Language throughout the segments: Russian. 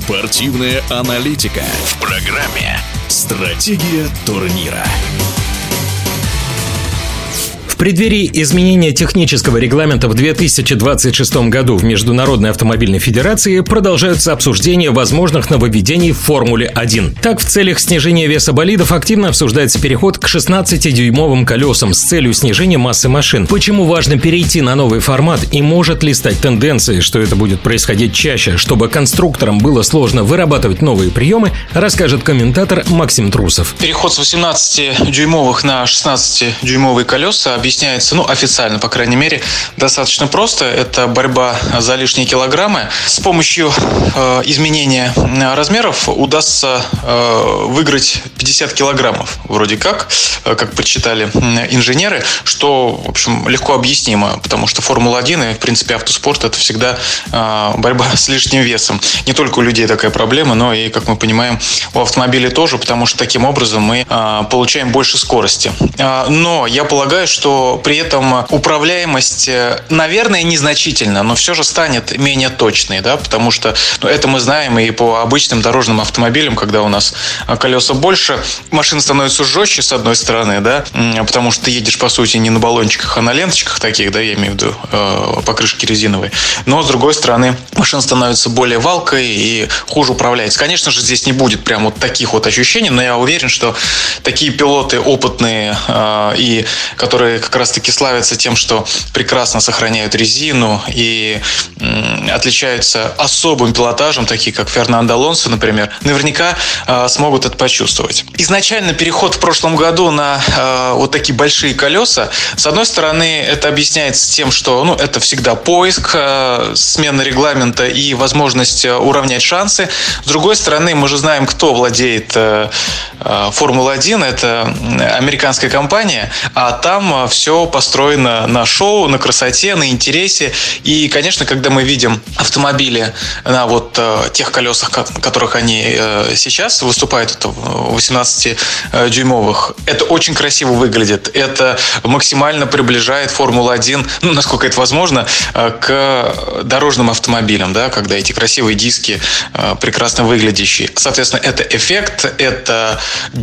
Спортивная аналитика в программе «Стратегия турнира». В преддверии изменения технического регламента в 2026 году в Международной автомобильной федерации продолжаются обсуждения возможных нововведений в Формуле-1. Так, в целях снижения веса болидов активно обсуждается переход к 16-дюймовым колесам с целью снижения массы машин. Почему важно перейти на новый формат и может ли стать тенденцией, что это будет происходить чаще, чтобы конструкторам было сложно вырабатывать новые приемы, расскажет комментатор Максим Трусов. Переход с 18-дюймовых на 16-дюймовые колеса объясняется, официально, по крайней мере, достаточно просто. Это борьба за лишние килограммы. С помощью изменения размеров удастся выиграть 50 килограммов, вроде как подсчитали инженеры, что, в общем, легко объяснимо, потому что Формула-1 и, в принципе, автоспорт – это всегда борьба с лишним весом. Не только у людей такая проблема, но и, как мы понимаем, у автомобилей тоже, потому что таким образом мы получаем больше скорости. Но я полагаю, что при этом управляемость, наверное, незначительно, но все же станет менее точной, да, потому что это мы знаем и по обычным дорожным автомобилям, когда у нас колеса больше, машина становится жестче, с одной стороны, да, потому что ты едешь, по сути, не на баллончиках, а на ленточках таких, да, я имею в виду покрышки резиновые, но, с другой стороны, машина становится более валкой и хуже управляется. Конечно же, здесь не будет прям вот таких вот ощущений, но я уверен, что такие пилоты опытные и которые как раз-таки славятся тем, что прекрасно сохраняют резину и отличаются особым пилотажем, такие как Фернандо Алонсо, например, наверняка смогут это почувствовать. Изначально переход в прошлом году на вот такие большие колеса, с одной стороны, это объясняется тем, что это всегда поиск, смена регламента и возможность уравнять шансы. С другой стороны, мы же знаем, кто владеет Формулой-1, это американская компания, а там все построено на шоу, на красоте, на интересе. И, конечно, когда мы видим автомобили на вот тех колесах, которых они сейчас выступают, это 18-дюймовых, это очень красиво выглядит. Это максимально приближает Формулу-1, насколько это возможно, к дорожным автомобилям, да, когда эти красивые диски прекрасно выглядящие. Соответственно, это эффект, это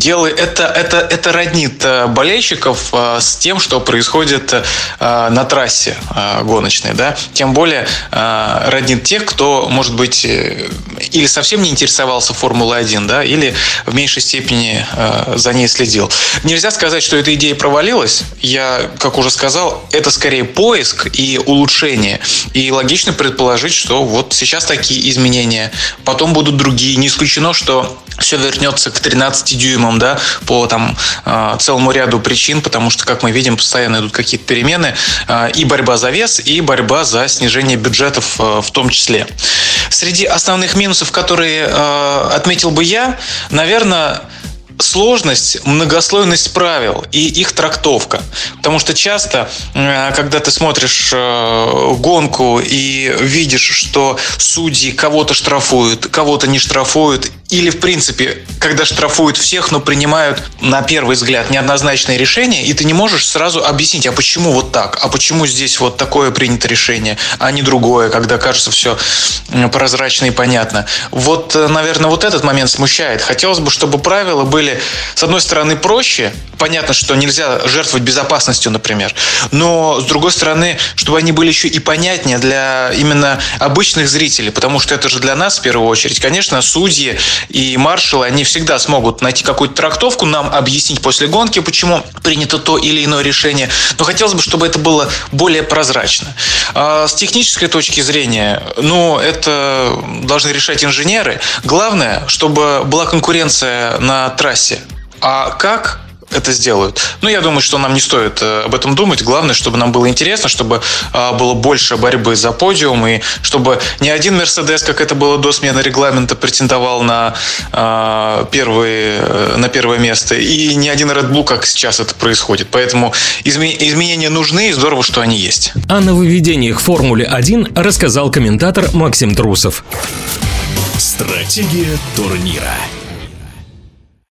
роднит болельщиков с тем, что происходит на трассе гоночной, да. Тем более роднит тех, кто, может быть, или совсем не интересовался Формулой-1, да, или в меньшей степени за ней следил. Нельзя сказать, что эта идея провалилась. Я, как уже сказал, это скорее поиск и улучшение. И логично предположить, что вот сейчас такие изменения, потом будут другие. Не исключено, что все вернется к 13 дюймам, да, по целому ряду причин, потому что, как мы видим, постоянно идут какие-то перемены, и борьба за вес, и борьба за снижение бюджетов в том числе. Среди основных минусов, которые отметил бы я, наверное, сложность, многослойность правил и их трактовка. Потому что часто, когда ты смотришь гонку и видишь, что судьи кого-то штрафуют, кого-то не штрафуют, или, в принципе, когда штрафуют всех, но принимают, на первый взгляд, неоднозначные решения, и ты не можешь сразу объяснить, а почему вот так, а почему здесь вот такое принято решение, а не другое, когда кажется все прозрачно и понятно. Вот, наверное, вот этот момент смущает. Хотелось бы, чтобы правила были, с одной стороны, проще. Понятно, что нельзя жертвовать безопасностью, например. Но, с другой стороны, чтобы они были еще и понятнее для именно обычных зрителей, потому что это же для нас, в первую очередь. Конечно, судьи и маршалы, они всегда смогут найти какую-то трактовку, нам объяснить после гонки, почему принято то или иное решение. Но хотелось бы, чтобы это было более прозрачно. С технической точки зрения, это должны решать инженеры. Главное, чтобы была конкуренция на трассе. А как это сделают? Я думаю, что нам не стоит об этом думать. Главное, чтобы нам было интересно, чтобы было больше борьбы за подиум, и чтобы ни один Мерседес, как это было до смены регламента, претендовал на первое место, и ни один Red Bull, как сейчас это происходит. Поэтому изменения нужны, и здорово, что они есть. О нововведениях в Формуле-1 рассказал комментатор Максим Трусов. Стратегия турнира.